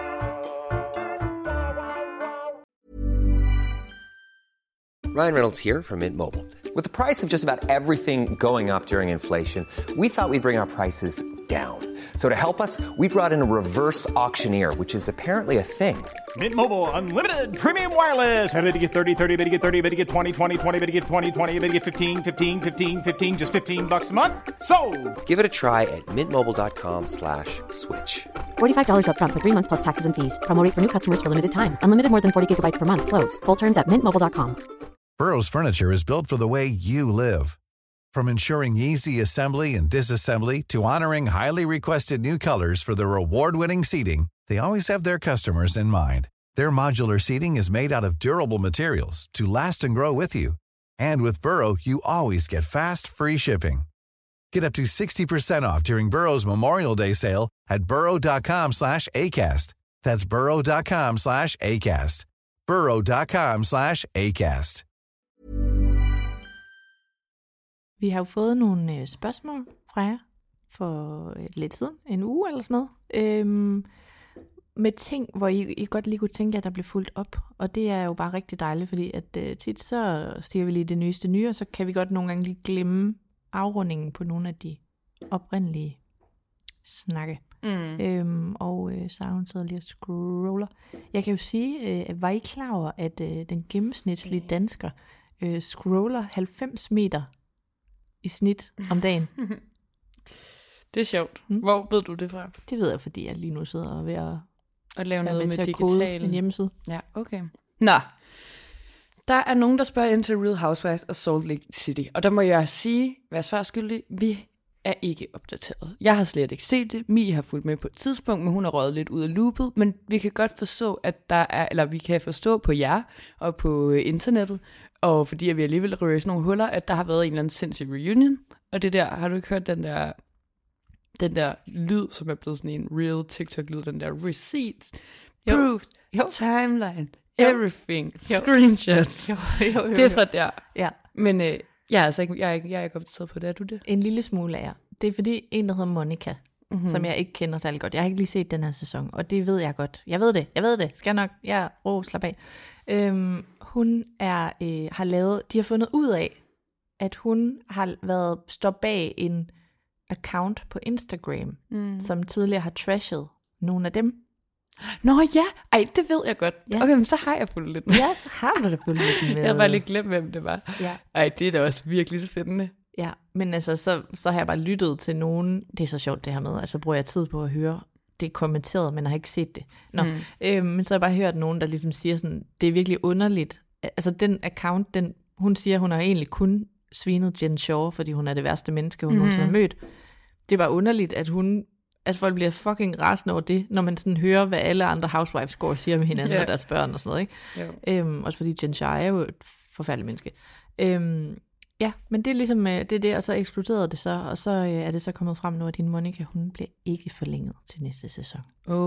Ryan Reynolds here from Mint Mobile. With the price of just about everything going up during inflation, we thought we'd bring our prices down. So to help us, we brought in a reverse auctioneer, which is apparently a thing. Mint Mobile Unlimited Premium Wireless. How to get 30, 30, bit to get 30, bit to get 20, 20, 20, bit to get 20, 20, bit to get 15, 15, 15, 15, just $15 a month? Sold! Give it a try at mintmobile.com/switch. $45 up front for 3 months plus taxes and fees. Promo rate for new customers for limited time. Unlimited more than 40 gigabytes per month. Slows full terms at mintmobile.com. Burrow's furniture is built for the way you live. From ensuring easy assembly and disassembly to honoring highly requested new colors for their award-winning seating, they always have their customers in mind. Their modular seating is made out of durable materials to last and grow with you. And with Burrow, you always get fast, free shipping. Get up to 60% off during Burrow's Memorial Day sale at burrow.com/ACAST. That's burrow.com/ACAST. burrow.com/ACAST. Vi har jo fået nogle spørgsmål fra jer for lidt siden, en uge eller sådan noget, med ting, hvor I godt lige kunne tænke, at der blev fulgt op. Og det er jo bare rigtig dejligt, fordi at tit så siger vi lige det nyeste nye, og så kan vi godt nogle gange lige glemme afrundingen på nogle af de oprindelige snakke. Så hun sidder lige og scroller. Jeg kan jo sige, var I klar over, at den gennemsnitlige dansker scroller 90 meter i snit om dagen. Det er sjovt. Hvor ved du det fra? Det ved jeg, fordi jeg lige nu sidder og ved at lave noget med digital en hjemmeside. Ja, okay. Nå, der er nogen, der spørger ind til Real Housewives og Salt Lake City. Og der må jeg sige, hvad svar skyldig, vi er ikke opdateret. Jeg har slet ikke set det. Mie har fulgt med på et tidspunkt, men hun har røget lidt ud af loopet. Men vi kan godt forstå, at der er, eller vi kan forstå på jer og på internettet, og fordi vi alligevel rører sådan nogle huller, at der har været en eller anden sindssyg reunion. Og det der, har du ikke hørt den der lyd, som er blevet sådan en real TikTok-lyd, den der receipts, proof, timeline, everything, screenshots. Jo. Det er fra der. Ja. Men jeg er ikke opdateret på det. Er du det? En lille smule er jeg. Det er fordi en, der hedder Monica, som jeg ikke kender særlig godt. Jeg har ikke lige set den her sæson, og det ved jeg godt. Jeg ved det. Skal nok. Slap af. Hun har lavet, de har fundet ud af, at hun har stået bag en account på Instagram, som tidligere har trashet nogle af dem. Nå ja, ej, det ved jeg godt. Ja. Okay, men så har jeg fulgt lidt med. Ja, så har du da fulgt lidt med. Jeg har bare lige glemt, hvem det var. Ja. Ej, det er da også virkelig spændende. Ja, men altså, så har jeg bare lyttet til nogen. Det er så sjovt det her med, altså bruger jeg tid på at høre det kommenteret, men har ikke set det. Nå, men så har jeg bare hørt nogen, der ligesom siger sådan, det er virkelig underligt. Altså den account, hun siger, hun har egentlig kun svinet Jen Shah, fordi hun er det værste menneske, hun nogensinde har mødt. Det er bare underligt, at folk bliver fucking rasende over det, når man sådan hører, hvad alle andre housewives går og siger med hinanden og deres børn og sådan noget, ikke? Også fordi Jen Shah er jo et forfærdeligt menneske. Ja, men det er ligesom det, og så eksploderede det så, og så er det så kommet frem nu, at din Monica, hun bliver ikke forlænget til næste sæson.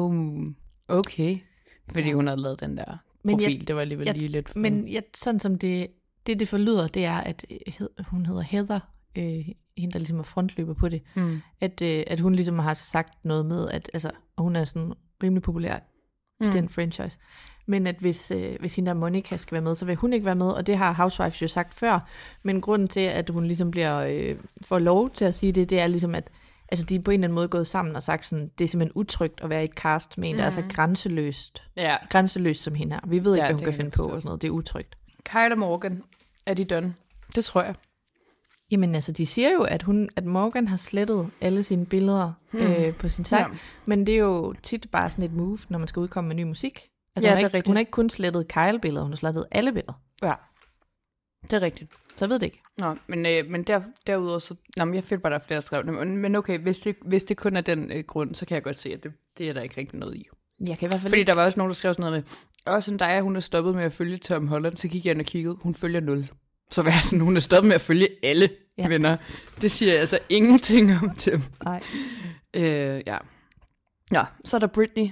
Okay. Fordi hun havde lavet den der profil, det var alligevel lige lidt for... Men sådan som det forlyder, det er, at hun hedder Heather, hende der ligesom er frontløber på det, at hun ligesom har sagt noget med, at altså, hun er sådan rimelig populær i den franchise. Men at hvis hende der Monica skal være med, så vil hun ikke være med, og det har Housewives jo sagt før. Men grunden til, at hun ligesom får lov til at sige det, det er ligesom, at altså, de er på en eller anden måde gået sammen og sagt sådan, det er simpelthen utrygt at være i et cast med en, der er så grænseløst som hende her. Vi ved ikke, hvad hun kan finde på og sådan noget. Det er utrygt. Kyle og Morgan, er de done? Det tror jeg. Jamen altså, de siger jo, at Morgan har slettet alle sine billeder på sin site, men det er jo tit bare sådan et move, når man skal udkomme med ny musik. Altså, hun har ikke kun slettet Kyle-billeder, hun har slettet alle billeder. Ja, det er rigtigt. Så jeg ved det ikke. Nå, men derudover så... Nå, men jeg følte bare, der er flere, der skrev det. Men okay, hvis det kun er den grund, så kan jeg godt se, at det er der ikke rigtig noget i. Jeg kan i hvert fald Fordi der var også nogen, der skrev sådan noget med, også sådan dig, hun er stoppet med at følge Tom Holland, så gik jeg ind og kiggede, hun følger 0. Så hvad er sådan, hun er stoppet med at følge alle venner. Det siger jeg altså ingenting om dem. Nej. Ja. Nå, så er der Britney.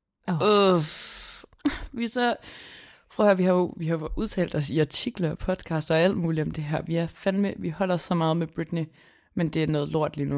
Vi har udtalt os i artikler og podcaster og alt muligt om det her. Vi holder så meget med Britney, men det er noget lort lige nu.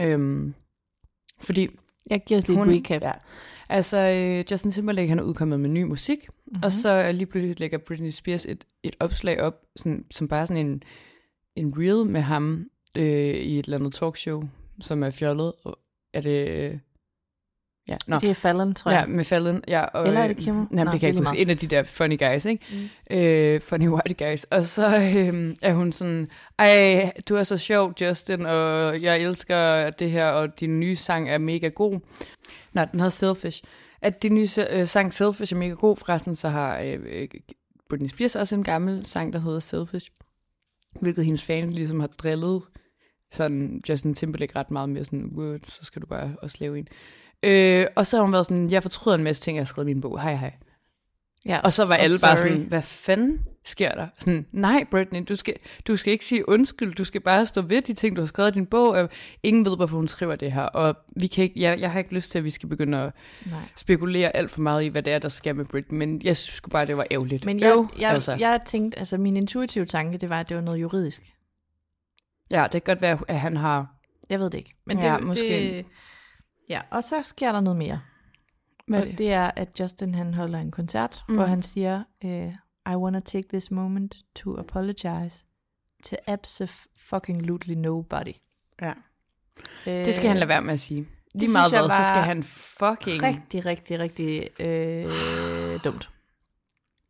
Fordi jeg giver os lige et recap. Ja. Altså, Justin Timberlake, han er udkommet med ny musik, og så lige pludselig lægger Britney Spears et opslag op, sådan, som bare sådan en reel med ham i et eller andet talkshow, som er fjollet. Er det... Ja, det er Fallon, tror jeg. Ja, med Fallon. Ja, og, eller er det Kimmel? Det kan jeg ikke huske. En af de der funny guys, ikke? Funny white guys. Og så er hun sådan, ej, du er så sjov, Justin, og jeg elsker det her, og din nye sang er mega god. Nej, den hedder Selfish. At din nye sang Selfish er mega god. Forresten så har Britney Spears også en gammel sang, der hedder Selfish. Hvilket hendes fan ligesom har drillet sådan Justin Timberlake ret meget med sådan, word, så skal du bare også lave en. Og så har hun været sådan, jeg fortryder en masse ting, jeg har skrevet i min bog. Hej. Ja, og så var alle bare sådan, hvad fanden sker der? Sådan, nej Britney, du skal ikke sige undskyld, du skal bare stå ved de ting, du har skrevet i din bog, og ingen ved, hvorfor hun skriver det her, og vi kan ikke, jeg har ikke lyst til, at vi skal begynde at spekulere alt for meget i, hvad det er, der sker med Britney, men jeg synes bare, det var ærgerligt. Men jeg tænkte, altså min intuitive tanke, det var, at det var noget juridisk. Ja, det kan godt være, at han har... Jeg ved det ikke, men ja, måske... Ja, og så sker der noget mere. Og det er, at Justin han holder en koncert, hvor han siger, I wanna take this moment to apologize to absolutely nobody. Ja. Det skal han lade være med at sige. Lige meget hvad, så skal han fucking... Rigtig dumt.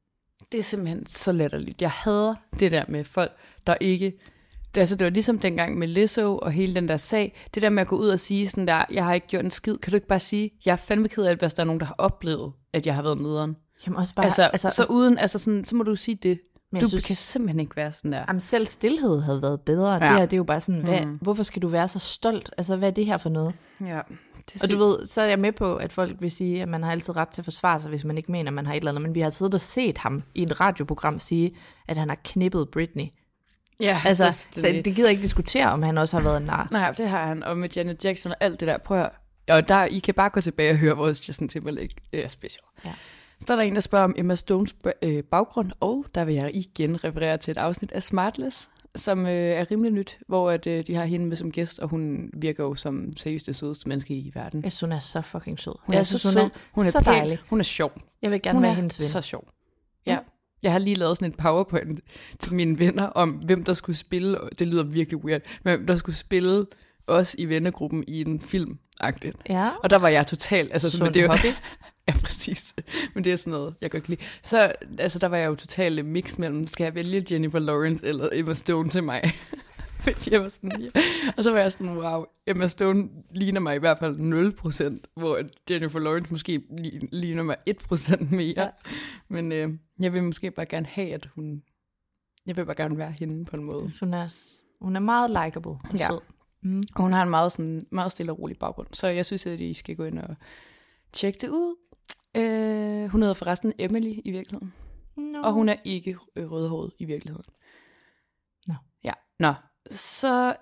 Det er simpelthen så latterligt. Jeg hader det der med folk, der ikke... Det var ligesom dengang med Lizzo og hele den der sag. Det der med at gå ud og sige sådan der, jeg har ikke gjort en skid. Kan du ikke bare sige, jeg er fandme ked af, hvis der er nogen, der har oplevet, at jeg har været nederen? Jamen også bare... Så må du sige det. Men du kan simpelthen ikke være sådan der. Jamen selv stillhed havde været bedre. Ja. Det her, det er jo bare sådan, hvorfor skal du være så stolt? Altså, hvad er det her for noget? Ja. Og du ved, så er jeg med på, at folk vil sige, at man har altid ret til at forsvare sig, hvis man ikke mener, at man har et eller andet. Men vi har siddet og set ham i et radioprogram sige, at han har knippet Britney. Ja, altså, så det gider ikke diskutere, om han også har været en nar. Nej, det har han. Og med Janet Jackson og alt det der. Prøv at høre. Og I kan bare gå tilbage og høre vores Justin Timberlake special. Ja. Så er der en, der spørger om Emma Stones baggrund, og der vil jeg igen referere til et afsnit af Smartless, som er rimelig nyt, hvor de har hende med som gæst, og hun virker jo som seriøst det sødeste menneske i verden. Jeg synes, hun er så fucking sød. Hun er så sød. Hun er så dejlig. Hun er sjov. Jeg vil gerne være hendes ven. Så sjov. Ja. Jeg har lige lavet sådan en PowerPoint til mine venner om, hvem der skulle spille, det lyder virkelig weird, men hvem der skulle spille os i vennegruppen i en film. Ja. Og der var jeg totalt, altså sådan, det er jo, ja, præcis. Men det er sådan noget, jeg godt kan lide. Så altså, der var jeg jo totalt mix mellem, skal jeg vælge Jennifer Lawrence eller Emma Stone til mig? Fordi jeg var sådan, ja. Og så var jeg sådan, wow, Emma Stone ligner mig i hvert fald 0%, hvor Jennifer Lawrence måske ligner mig 1% mere. Ja. Men jeg vil måske bare gerne have, at jeg vil bare gerne være hende på en måde. Hun er meget likable. Ja. Og hun har en meget stille og rolig baggrund. Så jeg synes, at I skal gå ind og tjekke det ud. Hun hedder forresten Emily i virkeligheden. No. Og hun er ikke rødhåret i virkeligheden. Nå. Ja, nå. Så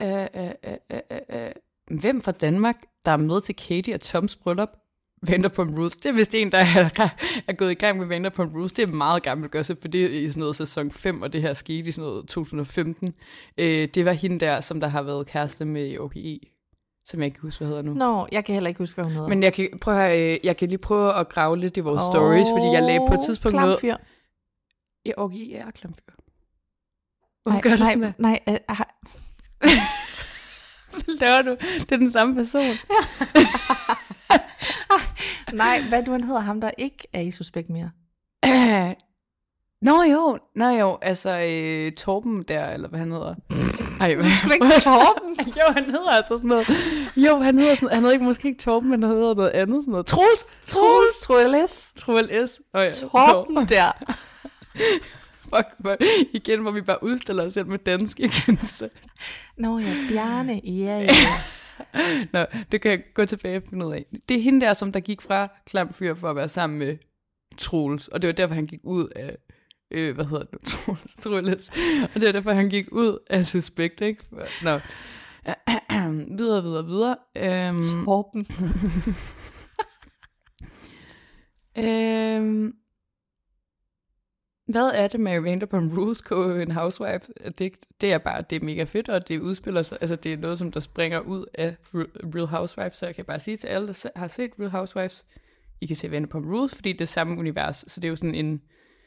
hvem fra Danmark, der er med til Katie og Toms bryllup, Vanderpump Rules? Det er vist en, der er gået i gang med Vanderpump Rules. Det er meget gammelt gossip, for det er i sådan noget sæson 5, og det her skete i sådan noget 2015. Det var hende der, som der har været kæreste med OGE, som jeg ikke kan huske, hvad hedder nu. Nå, jeg kan heller ikke huske, hvad hun hedder. Men jeg kan lige prøve at grave lidt i vores stories, fordi jeg lagde på et tidspunkt noget... Klamfyr. Ja, OGE er klamfyr. Hvorfor gør du sådan der? Nej. Hvad laver du? Det er den samme person. Nej, hvad du han hedder, ham der ikke er i Suspekt mere? Nå jo, altså Torben der, eller hvad han hedder. Ej, hvad skulle ikke Torben? Jo, han hedder altså sådan noget. Jo, han hedder ikke måske ikke Torben, men han hedder noget andet, sådan noget. Troels. Ja. Torben der. Fuck, igen, hvor vi bare udstiller os selv med dansk igen. Nå ja, Bjarne, ja. Nå, det kan jeg gå tilbage og finde ud af. Det er hende der, som der gik fra Klamfyr for at være sammen med Troels, og det var derfor, han gik ud af, Troels. Og det var derfor, han gik ud af Suspekt, ikke? Nå. Videre. Torben. Hvad er det med Vanderpump Rules, en housewife-digt? Det er mega fedt, og det udspiller sig, altså det er noget, som der springer ud af Real Housewives, så jeg kan bare sige til alle, der har set Real Housewives, I kan se Vanderpump Rules, fordi det er samme univers, så det er jo sådan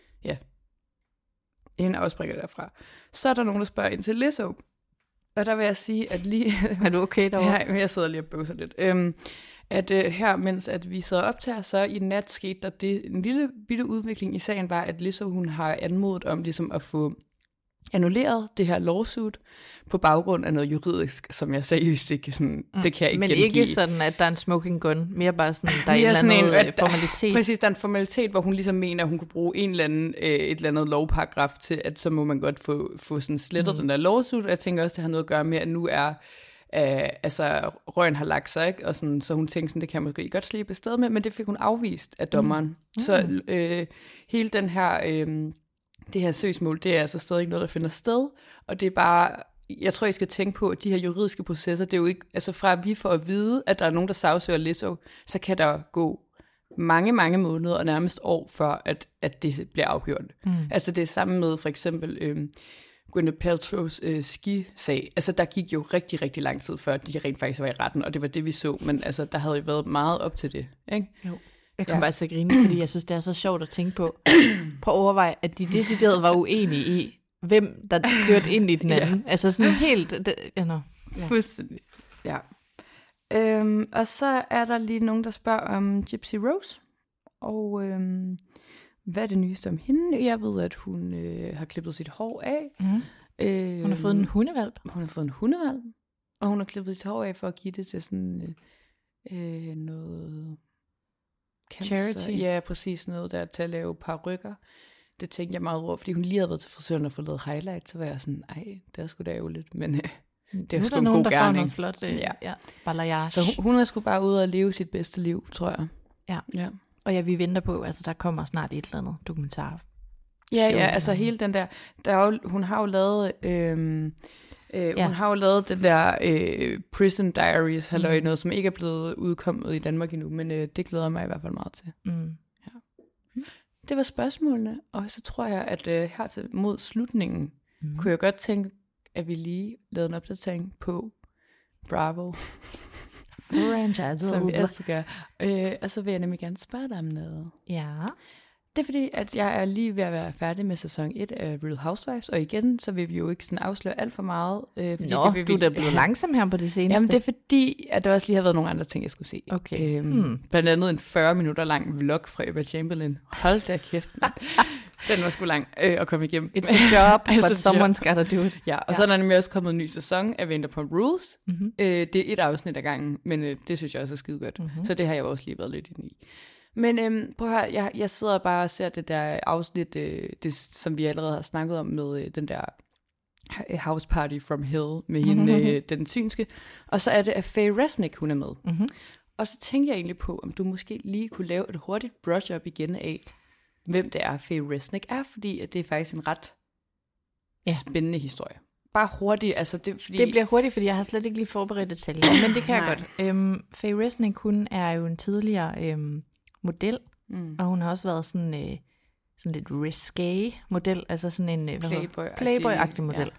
en afspringer derfra. Så er der nogen, der spørger ind til Lizzo, og der vil jeg sige, at lige... Er du okay derovre? Ja, jeg sidder lige og bøvser lidt. At her, mens at vi sidder op til, så i nat skete der en lille bitte udvikling i sagen, var, at Lizzo, hun har anmodet om ligesom at få annulleret det her lawsuit på baggrund af noget juridisk, som jeg seriøst ikke sådan, det kan jeg ikke men gengive. Ikke sådan, at der er en smoking gun, mere bare sådan, der er en eller anden formalitet. Præcis, der er en formalitet, hvor hun ligesom mener, at hun kunne bruge et eller andet lovparagraf til, at så må man godt få sådan slettet den der lawsuit, og jeg tænker også, det har noget at gøre med, at nu er røgen har lagt sig, ikke? Og sådan, så hun tænkte sådan, det kan jeg måske godt slippe sted med, men det fik hun afvist af dommeren. Så hele den her, det her søgsmål, det er altså stadig ikke noget, der finder sted, og det er bare, jeg tror, I skal tænke på, at de her juridiske processer, det er jo ikke, altså fra at vi får at vide, at der er nogen, der sagsøger Lizzo, så kan der gå mange, mange måneder og nærmest år, før at det bliver afgjort. Altså det er sammen med for eksempel... Gwyneth Paltrow's skisag, altså der gik jo rigtig, rigtig lang tid før, de rent faktisk var i retten, og det var det, vi så, men altså der havde jo været meget op til det, ikke? Jo. Jeg kan bare så grine, fordi jeg synes, det er så sjovt at tænke på. Prøv at overveje, at de decideret var uenige i, hvem der kørte ind i den anden. Ja. Altså sådan helt... Fuldstændig. Ja. Og så er der lige nogen, der spørger om Gypsy Rose, og hvad er det nyeste om hende? Jeg ved, at hun har klippet sit hår af. Hun har fået en hundevalp. Og hun har klippet sit hår af for at give det til sådan noget... Charity. Ja, præcis noget der til at lave parrykker. Det tænkte jeg meget over, fordi hun lige havde været til frisøren og fået lavet highlights, så var jeg sådan, det er sgu da ærgerligt, men det er sgu en god gerning. Nu er der nogen, der får noget flot balayage. Så hun er sgu bare ude og leve sit bedste liv, tror jeg. Ja. Og ja, vi venter på, altså der kommer snart et eller andet dokumentar. Ja, altså hele den hun har jo lavet... Hun har jo lavet den der Prison Diaries, halløj, noget, som ikke er blevet udkommet i Danmark endnu, men det glæder mig i hvert fald meget til. Ja. Det var spørgsmålene, og så tror jeg, at her til mod slutningen, kunne jeg godt tænke, at vi lige lavede en opdatering på Bravo. Franchise. Som vi elsker. Og så vil jeg nemlig gerne spørge dig om noget. Ja. Det er fordi, at jeg er lige ved at være færdig med sæson 1 af Real Housewives, og igen, så vil vi jo ikke sådan afsløre alt for meget. Fordi du er da blevet langsom her på det seneste. Jamen, det er fordi, at der også lige har været nogle andre ting, jeg skulle se. Okay. Blandt andet en 40 minutter lang vlog fra Emma Chamberlain. Hold da kæft, man. Den var sgu lang at komme igennem. It's a job, but someone's gotta do it. Ja, og så er der nemlig også kommet en ny sæson af Vanderpump Rules. Det er et afsnit ad gangen, men det synes jeg også er skide godt. Så det har jeg også lige været lidt inde i. Men prøv at høre, jeg sidder bare og ser det der afsnit, det, som vi allerede har snakket om med den der House Party from Hell med hende, den synske. Og så er det, at Faye Resnick, hun er med. Og så tænker jeg egentlig på, om du måske lige kunne lave et hurtigt brush-up igen af, hvem det er, Faye Resnick er, fordi at det er faktisk en ret spændende historie. Bare hurtigt, altså det fordi... Det bliver hurtigt, fordi jeg har slet ikke lige forberedt detaljer, men det kan jeg godt. Faye Resnick, hun er jo en tidligere model, og hun har også været sådan lidt risque model, altså sådan en Playboy-agtig model.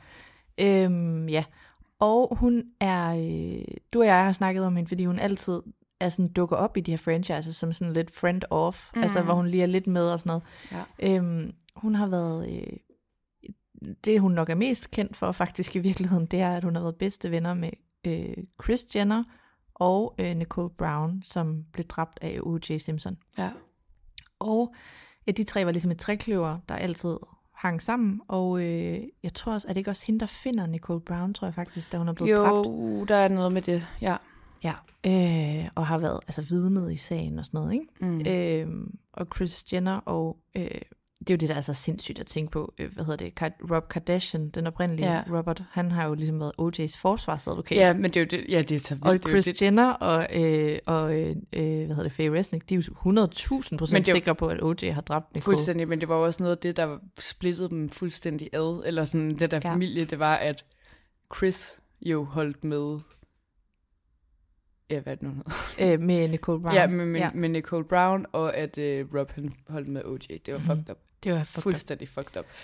Ja. Og hun er, du og jeg har snakket om hende, fordi hun altid dukker op i de her franchises, som sådan lidt friend-off, altså hvor hun lige er lidt med og sådan noget. Ja. Hun har været, det hun nok er mest kendt for faktisk i virkeligheden, det er, at hun har været bedste venner med Kris Jenner, og Nicole Brown, som blev dræbt af O.J. Simpson. Ja. Og de tre var ligesom et trekløver, der altid hang sammen, og jeg tror også, er det ikke også hende, der finder Nicole Brown, tror jeg faktisk, da hun er blevet dræbt? Jo, der er noget med det, ja. Ja, og har været vidnet i sagen og sådan noget, ikke? Og Kris Jenner og... det er jo det, der er så sindssygt at tænke på. Rob Kardashian, den oprindelige Robert, han har jo ligesom været O.J.'s forsvarsadvokat. Ja, men det er jo det, det er så vildt. Og Kris Jenner og Faye Resnick, de er jo 100.000% sikre på, at O.J. har dræbt Nicole. Fuldstændig, men det var jo også noget af det, der splittede dem fuldstændig ad, eller sådan det der familie, det var, at Kris jo holdt med... Ja, hvad er det nu? Med Nicole Brown. Ja, med Nicole Brown, og at Rob han holdt med O.J. Det var fucked up. Det var fuldstændig fucked up.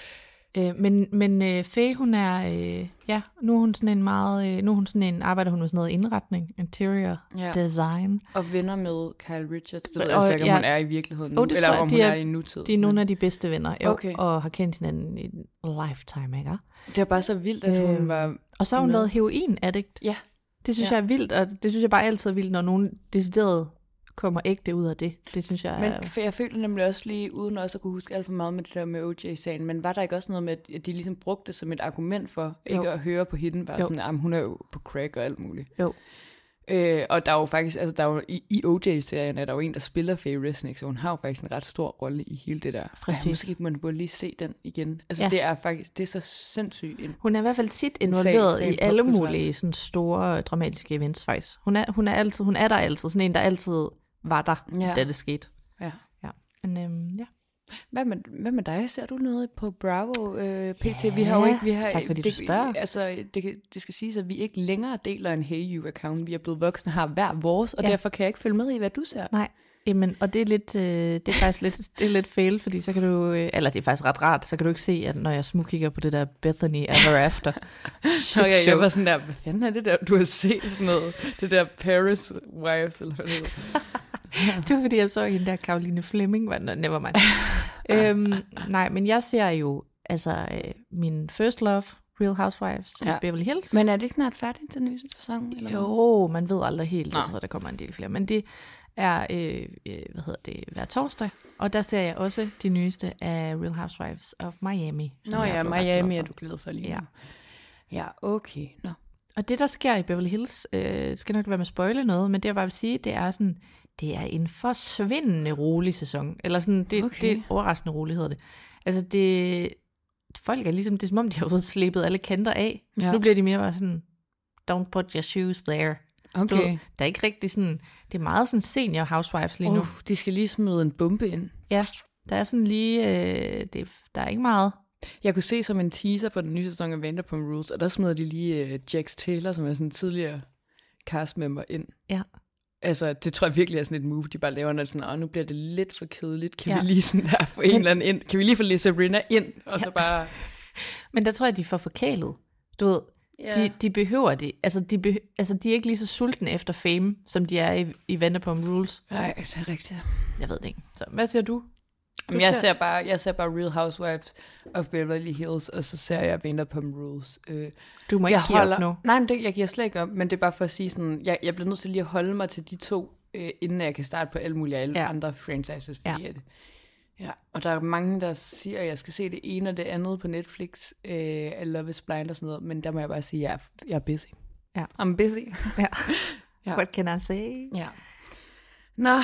Men Faye, hun er, nu er hun sådan en meget, arbejder hun med sådan noget indretning, interior design. Og venner med Kyle Richards, det ved jeg ikke, om hun er i virkeligheden nu, eller om hun er i nutid. De er nogle af de bedste venner, og har kendt hinanden i en lifetime, ikke? Det er bare så vildt, at hun var... Og så har hun været heroin-addict. Ja. Det synes jeg er vildt, og det synes jeg bare altid er vildt, når nogen decideret kommer ægte ud af det. Det synes jeg er... Men jeg følte nemlig også lige, uden også at kunne huske alt for meget med det der med O.J.-sagen, men var der ikke også noget med, at de ligesom brugte det som et argument for ikke at høre på hende, bare sådan, at hun er jo på crack og alt muligt. Jo. Og der er jo faktisk, altså der er jo, i O.J.-serien er der jo en, der spiller Faye Resnick, så hun har jo faktisk en ret stor rolle i hele det der. Måske man burde lige se den igen. Altså det er faktisk, det er så sindssygt. Hun er i hvert fald tit involveret i alle mulige sådan store dramatiske events faktisk. Hun er der altid, sådan en, der altid var der, da det skete. Ja. Men Hvad med dig? Ser du noget på Bravo PT? Vi har jo ikke... Tak fordi du spørger. Altså, det skal siges, at vi ikke længere deler en Hey You-account. Vi er blevet voksne, har hver vores, og derfor kan jeg ikke følge med i, hvad du ser. Nej, jamen, og det er lidt, det er faktisk lidt fail, fordi så kan du, eller det er faktisk ret rart, så kan du ikke se, at når jeg smugkigger på det der Bethany Ever After. Jeg var sådan der, hvad fanden er det der, du har set sådan noget? Det der Paris Wives, eller hvad det hedder. Det var fordi, jeg så hende der Caroline Fleming, never mind. Nej, men jeg ser jo min First Love, Real Housewives, Beverly Hills. Men er det ikke snart færdigt, den nye sæson? Eller jo, man ved aldrig helt. Jeg tror, der kommer en del flere. Men det er hver torsdag, og der ser jeg også de nyeste af Real Housewives of Miami. Nå ja, Miami er du glad for lige nu. Ja, okay. Nå. Og det, der sker i Beverly Hills, skal nok være med at spoile noget, men det jeg bare vil sige, det er sådan, det er en forsvindende rolig sæson. Eller sådan, det er overraskende rolig, hedder det. Altså folk er ligesom, det er som om, de har fået slippet alle kanter af. Ja. Nu bliver de mere bare sådan, don't put your shoes there. Okay. Der er ikke rigtig sådan, det er meget sådan senior housewives lige nu. De skal lige smide en bombe ind. Ja, der er sådan lige, der er ikke meget. Jeg kunne se som en teaser på den nye sæson af Vanderpump Rules, og der smider de lige Jax Taylor, som er sådan en tidligere castmember, ind. Ja. Altså, det tror jeg virkelig er sådan et move, de bare laver, når det sådan, nu bliver det lidt for kedeligt. Kan vi lige sådan der få en eller anden ind? Kan vi lige få Lisa Rinna ind, og så bare... Men der tror jeg, de er for forkælet. Du ved, de behøver det. Altså, de er ikke lige så sultne efter fame, som de er i Vanderpump Rules. Nej, det er rigtigt. Jeg ved det ikke. Så hvad siger du? Jeg ser bare Real Housewives of Beverly Hills, og så ser jeg Vanderpump Rules. Du må ikke give op nu. Nej, men jeg giver slet ikke op, men det er bare for at sige sådan, jeg bliver nødt til lige at holde mig til de to, inden jeg kan starte på alle mulige andre franchises. Fordi og der er mange, der siger, at jeg skal se det ene og det andet på Netflix, eller Love is Blind og sådan noget, men der må jeg bare sige, at jeg er busy. Ja. I'm busy. Ja. What can I say? Ja. Nå.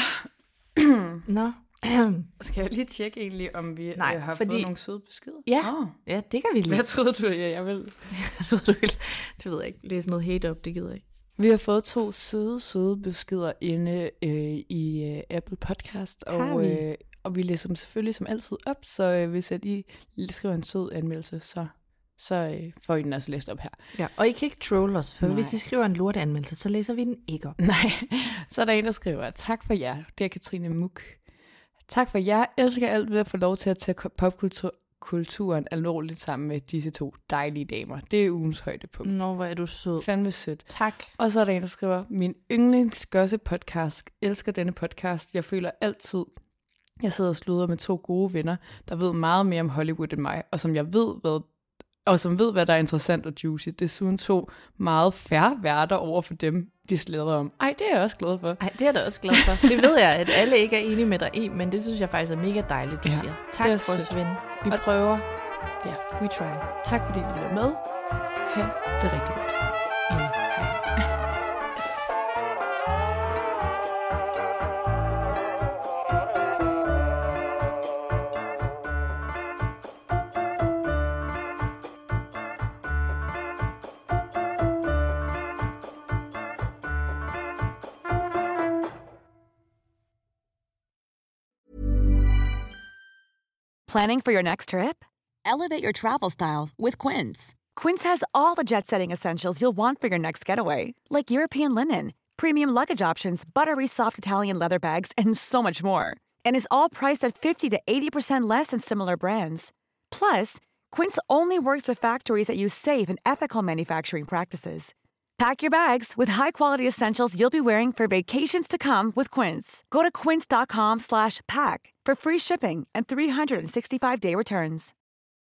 Skal jeg lige tjekke egentlig, om vi har fået nogle søde beskeder? Ja, det kan vi lige. Hvad troede du, jeg vil? Det ved jeg ikke. Læse noget hate op, det gider jeg ikke. Vi har fået 2 søde beskeder inde i Apple Podcast, og vi læser dem selvfølgelig som altid op, så hvis I skriver en sød anmeldelse, så får I den altså læst op her. Ja, og I kan ikke trolle os, for hvis I skriver en lorteanmeldelse, så læser vi den ikke op. Nej, så er der en, der skriver, tak for jer, det er Katrine Muk. Tak for jer, elsker alt ved at få lov til at tage popkulturen alvorligt sammen med disse 2 dejlige damer. Det er ugens højdepunkt. Nå, hvor er du sød. Fandme sødt. Tak. Og så er der en, der skriver, min yndlingsgøsse podcast, elsker denne podcast, jeg føler altid, jeg sidder og sluder med 2 gode venner, der ved meget mere om Hollywood end mig, og som ved, hvad der er interessant og juicy. Desuden 2 meget fair værter over for dem, de slæder om. Ej, det er jeg også glad for. Ej, det er jeg da også glad for. Det ved jeg, at alle ikke er enige med dig i, men det synes jeg faktisk er mega dejligt, du siger. Tak for Svend. Vi prøver. Ja, we try. Tak fordi I lytter med. Ha' det rigtig godt. Planning for your next trip? Elevate your travel style with Quince. Quince has all the jet-setting essentials you'll want for your next getaway, like European linen, premium luggage options, buttery soft Italian leather bags, and so much more. And is all priced at 50 to 80% less than similar brands. Plus, Quince only works with factories that use safe and ethical manufacturing practices. Pack your bags with high-quality essentials you'll be wearing for vacations to come with Quince. Go to quince.com/pack for free shipping and 365-day returns.